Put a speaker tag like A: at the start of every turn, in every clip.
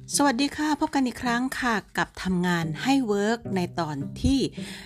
A: สวัสดีค่ะพบกันอีกครั้งค่ะกับทำงานให้เวิร์กในตอนที่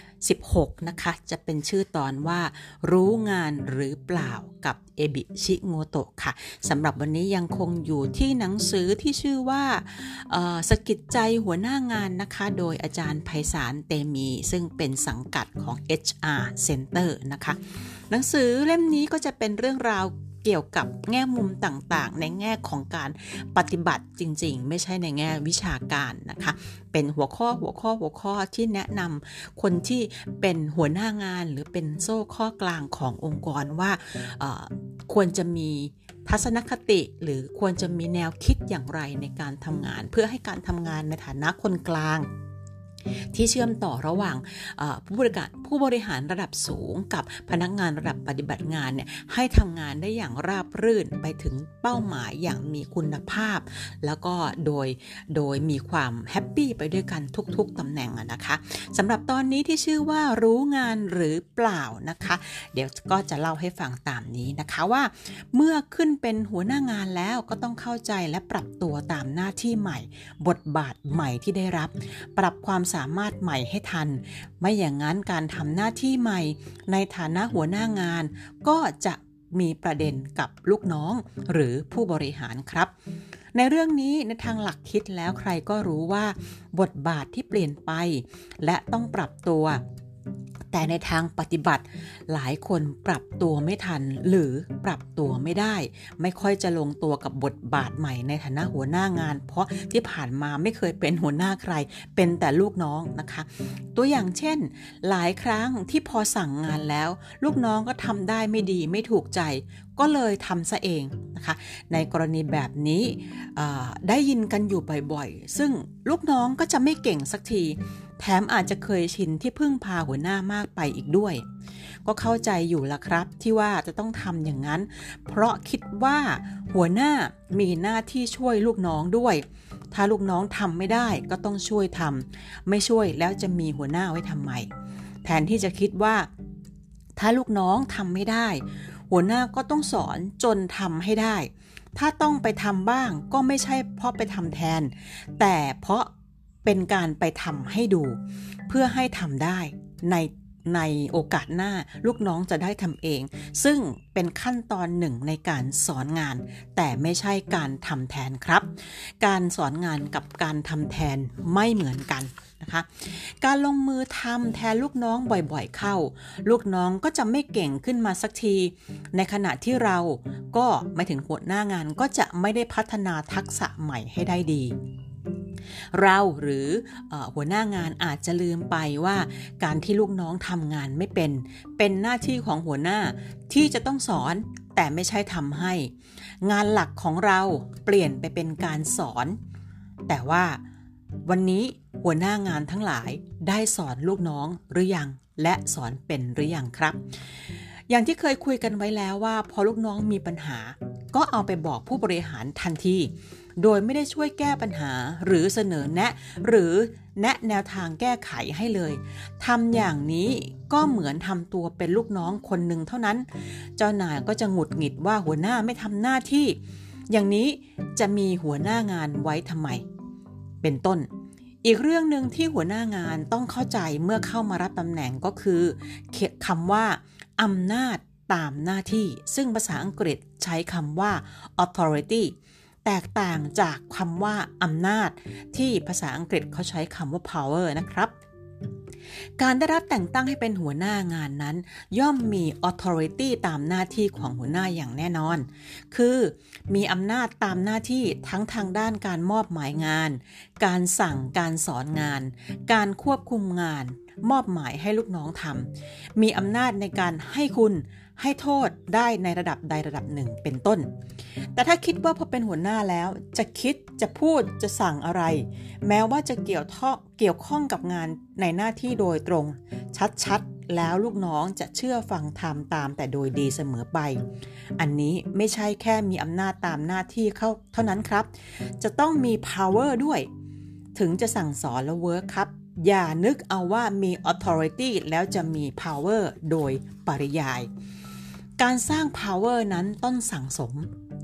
A: 16นะคะจะเป็นชื่อตอนว่ารู้งานหรือเปล่ากับเอบิชิโงโตะค่ะสำหรับวันนี้ยังคงอยู่ที่หนังสือที่ชื่อว่าสะกิดใจหัวหน้างานนะคะโดยอาจารย์ไพศาลเตมีซึ่งเป็นสังกัดของ HR Center นะคะหนังสือเล่มนี้ก็จะเป็นเรื่องราวเกี่ยวกับแง่มุมต่างๆในแง่ของการปฏิบัติจริงๆไม่ใช่ในแง่วิชาการนะคะเป็นหัวข้อที่แนะนำคนที่เป็นหัวหน้างานหรือเป็นโซ่ข้อกลางขององค์กรว่าควรจะมีทัศนคติหรือควรจะมีแนวคิดอย่างไรในการทำงานเพื่อให้การทำงานในฐานะคนกลางที่เชื่อมต่อระหว่างผู้บริหารระดับสูงกับพนักงานระดับปฏิบัติงานเนี่ยให้ทำงานได้อย่างราบรื่นไปถึงเป้าหมายอย่างมีคุณภาพแล้วก็โดยมีความแฮปปี้ไปด้วยกันทุกๆตำแหน่งนะคะสำหรับตอนนี้ที่ชื่อว่ารู้งานหรือเปล่านะคะเดี๋ยวก็จะเล่าให้ฟังตามนี้นะคะว่าเมื่อขึ้นเป็นหัวหน้างานแล้วก็ต้องเข้าใจและปรับตัวตามหน้าที่ใหม่บทบาทใหม่ที่ได้รับปรับความสามารถใหม่ให้ทันไม่อย่างนั้นการทำหน้าที่ใหม่ในฐานะหัวหน้างานก็จะมีประเด็นกับลูกน้องหรือผู้บริหารครับในเรื่องนี้ในทางหลักคิดแล้วใครก็รู้ว่าบทบาทที่เปลี่ยนไปและต้องปรับตัวแต่ในทางปฏิบัติหลายคนปรับตัวไม่ทันหรือปรับตัวไม่ได้ไม่ค่อยจะลงตัวกับบทบาทใหม่ในฐานะหัวหน้างานเพราะที่ผ่านมาไม่เคยเป็นหัวหน้าใครเป็นแต่ลูกน้องนะคะตัวอย่างเช่นหลายครั้งที่พอสั่งงานแล้วลูกน้องก็ทำได้ไม่ดีไม่ถูกใจก็เลยทำซะเองนะคะในกรณีแบบนี้ได้ยินกันอยู่บ่อยๆซึ่งลูกน้องก็จะไม่เก่งสักทีแถมอาจจะเคยชินที่พึ่งพาหัวหน้ามากไปอีกด้วยก็เข้าใจอยู่ละครับที่ว่าจะต้องทำอย่างนั้นเพราะคิดว่าหัวหน้ามีหน้าที่ช่วยลูกน้องด้วยถ้าลูกน้องทำไม่ได้ก็ต้องช่วยทำไม่ช่วยแล้วจะมีหัวหน้าไว้ทำไมแทนที่จะคิดว่าถ้าลูกน้องทำไม่ได้หัวหน้าก็ต้องสอนจนทำให้ได้ถ้าต้องไปทำบ้างก็ไม่ใช่เพราะไปทำแทนแต่เพราะเป็นการไปทำให้ดูเพื่อให้ทำได้ในโอกาสหน้าลูกน้องจะได้ทำเองซึ่งเป็นขั้นตอนหนึ่งในการสอนงานแต่ไม่ใช่การทำแทนครับการสอนงานกับการทำแทนไม่เหมือนกันนะคะการลงมือทำแทนลูกน้องบ่อยๆเข้าลูกน้องก็จะไม่เก่งขึ้นมาสักทีในขณะที่เราก็ไม่ถึงหัวหน้างานก็จะไม่ได้พัฒนาทักษะใหม่ให้ได้ดีเราหรือหัวหน้างานอาจจะลืมไปว่าการที่ลูกน้องทำงานไม่เป็นหน้าที่ของหัวหน้าที่จะต้องสอนแต่ไม่ใช่ทำให้งานหลักของเราเปลี่ยนไปเป็นการสอนแต่ว่าวันนี้หัวหน้างานทั้งหลายได้สอนลูกน้องหรือยังและสอนเป็นหรือยังครับอย่างที่เคยคุยกันไว้แล้วว่าพอลูกน้องมีปัญหาก็เอาไปบอกผู้บริหารทันทีโดยไม่ได้ช่วยแก้ปัญหาหรือเสนอแนะหรือแนะแนวทางแก้ไขให้เลยทำอย่างนี้ก็เหมือนทำตัวเป็นลูกน้องคนหนึ่งเท่านั้นเจ้านายก็จะหงุดหงิดว่าหัวหน้าไม่ทำหน้าที่อย่างนี้จะมีหัวหน้างานไว้ทำไมเป็นต้นอีกเรื่องหนึ่งที่หัวหน้างานต้องเข้าใจเมื่อเข้ามารับตำแหน่งก็คือคำว่าอำนาจตามหน้าที่ซึ่งภาษาอังกฤษใช้คำว่า authority แตกต่างจากคำว่าอำนาจที่ภาษาอังกฤษเขาใช้คำว่า power นะครับการได้รับแต่งตั้งให้เป็นหัวหน้างานนั้นย่อมมี authority ตามหน้าที่ของหัวหน้าอย่างแน่นอนคือมีอำนาจตามหน้าที่ทั้งทางด้านการมอบหมายงานการสั่งการสอนงานการควบคุมงานมอบหมายให้ลูกน้องทำมีอำนาจในการให้คุณให้โทษได้ในระดับใดระดับหนึ่งเป็นต้นแต่ถ้าคิดว่าพอเป็นหัวหน้าแล้วจะคิดจะพูดจะสั่งอะไรแม้ว่าจะเกี่ยวข้องกับงานในหน้าที่โดยตรงชัดๆแล้วลูกน้องจะเชื่อฟังทำตามแต่โดยดีเสมอไปอันนี้ไม่ใช่แค่มีอำนาจตามหน้าที่เท่านั้นครับจะต้องมี power ด้วยถึงจะสั่งสอนและ work ครับอย่านึกเอาว่ามี authority แล้วจะมี power โดยปริยายการสร้าง power นั้นต้องสั่งสม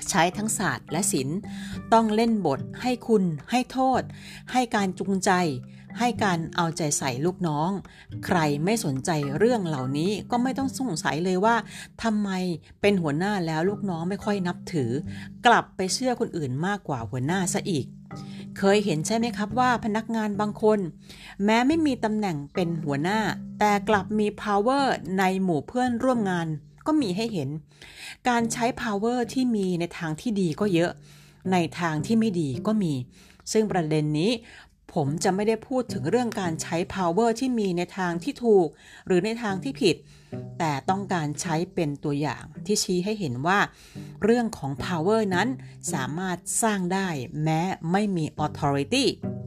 A: ใช้ทั้งศาสตร์และศิลป์ต้องเล่นบทให้คุณให้โทษให้การจูงใจให้การเอาใจใส่ลูกน้องใครไม่สนใจเรื่องเหล่านี้ก็ไม่ต้องสงสัยเลยว่าทำไมเป็นหัวหน้าแล้วลูกน้องไม่ค่อยนับถือกลับไปเชื่อคนอื่นมากกว่าหัวหน้าซะอีกเคยเห็นใช่ไหมครับว่าพนักงานบางคนแม้ไม่มีตำแหน่งเป็นหัวหน้าแต่กลับมี power ในหมู่เพื่อนร่วมงานก็มีให้เห็นการใช้ power ที่มีในทางที่ดีก็เยอะในทางที่ไม่ดีก็มีซึ่งประเด็นนี้ผมจะไม่ได้พูดถึงเรื่องการใช้ power ที่มีในทางที่ถูกหรือในทางที่ผิดแต่ต้องการใช้เป็นตัวอย่างที่ชี้ให้เห็นว่าเรื่องของ power นั้นสามารถสร้างได้แม้ไม่มี authority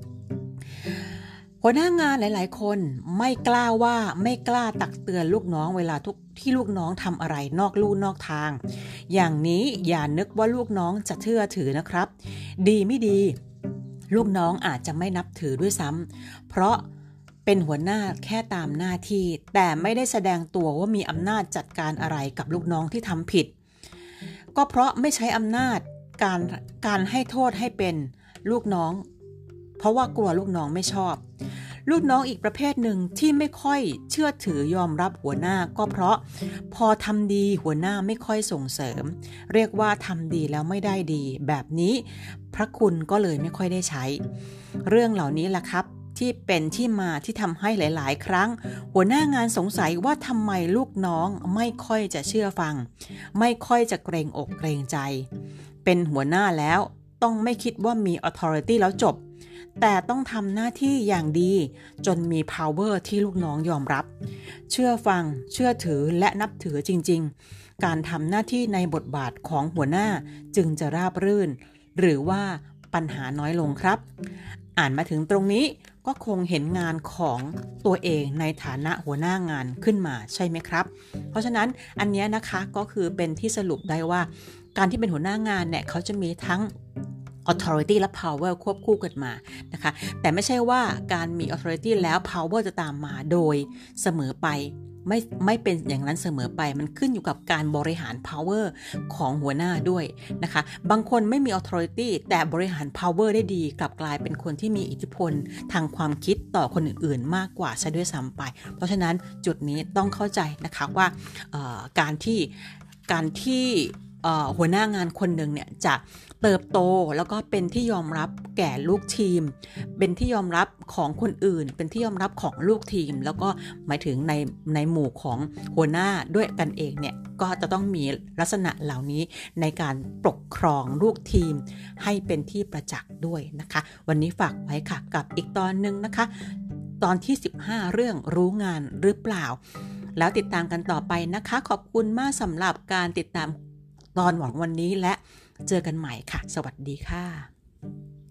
A: หัวหน้างานหลายๆคนไม่กล้าตักเตือนลูกน้องเวลาที่ลูกน้องทำอะไรนอกลู่นอกทางอย่างนี้อย่านึกว่าลูกน้องจะเชื่อถือนะครับดีไม่ดีลูกน้องอาจจะไม่นับถือด้วยซ้ำเพราะเป็นหัวหน้าแค่ตามหน้าที่แต่ไม่ได้แสดงตัวว่ามีอำนาจจัดการอะไรกับลูกน้องที่ทำผิดก็เพราะไม่ใช้อำนาจการให้โทษให้เป็นลูกน้องเพราะว่ากลัวลูกน้องไม่ชอบลูกน้องอีกประเภทหนึ่งที่ไม่ค่อยเชื่อถือยอมรับหัวหน้าก็เพราะพอทำดีหัวหน้าไม่ค่อยส่งเสริมเรียกว่าทำดีแล้วไม่ได้ดีแบบนี้พระคุณก็เลยไม่ค่อยได้ใช้เรื่องเหล่านี้แหละครับที่เป็นที่มาที่ทำให้หลายๆครั้งหัวหน้างานสงสัยว่าทำไมลูกน้องไม่ค่อยจะเชื่อฟังไม่ค่อยจะเกรงอกเกรงใจเป็นหัวหน้าแล้วต้องไม่คิดว่ามี authority แล้วจบแต่ต้องทำหน้าที่อย่างดีจนมี power ที่ลูกน้องยอมรับเชื่อฟังเชื่อถือและนับถือจริงๆการทำหน้าที่ในบทบาทของหัวหน้าจึงจะราบรื่นหรือว่าปัญหาน้อยลงครับอ่านมาถึงตรงนี้ก็คงเห็นงานของตัวเองในฐานะหัวหน้างานขึ้นมาใช่ไหมครับเพราะฉะนั้นอันนี้นะคะก็คือเป็นที่สรุปได้ว่าการที่เป็นหัวหน้างานเนี่ยเขาจะมีทั้งauthority และ power ควบคู่กันมานะคะแต่ไม่ใช่ว่าการมี authority แล้ว power จะตามมาโดยเสมอไปไม่เป็นอย่างนั้นเสมอไปมันขึ้นอยู่กับการบริหาร power ของหัวหน้าด้วยนะคะบางคนไม่มี authority แต่บริหาร power ได้ดีกลับกลายเป็นคนที่มีอิทธิพลทางความคิดต่อคนอื่นๆมากกว่าซะด้วยซ้ำไปเพราะฉะนั้นจุดนี้ต้องเข้าใจนะคะว่าการที่หัวหน้างานคนหนึ่งเนี่ยจะเติบโตแล้วก็เป็นที่ยอมรับแก่ลูกทีมเป็นที่ยอมรับของคนอื่นเป็นที่ยอมรับของลูกทีมแล้วก็หมายถึงในหมู่ของหัวหน้าด้วยกันเองเนี่ยก็จะต้องมีลักษณะเหล่านี้ในการปกครองลูกทีมให้เป็นที่ประจักษ์ด้วยนะคะวันนี้ฝากไว้ค่ะกับอีกตอนนึงนะคะตอนที่15เรื่องรู้งานหรือเปล่าแล้วติดตามกันต่อไปนะคะขอบคุณมากสำหรับการติดตามตอนหวังวันนี้และเจอกันใหม่ค่ะสวัสดีค่ะ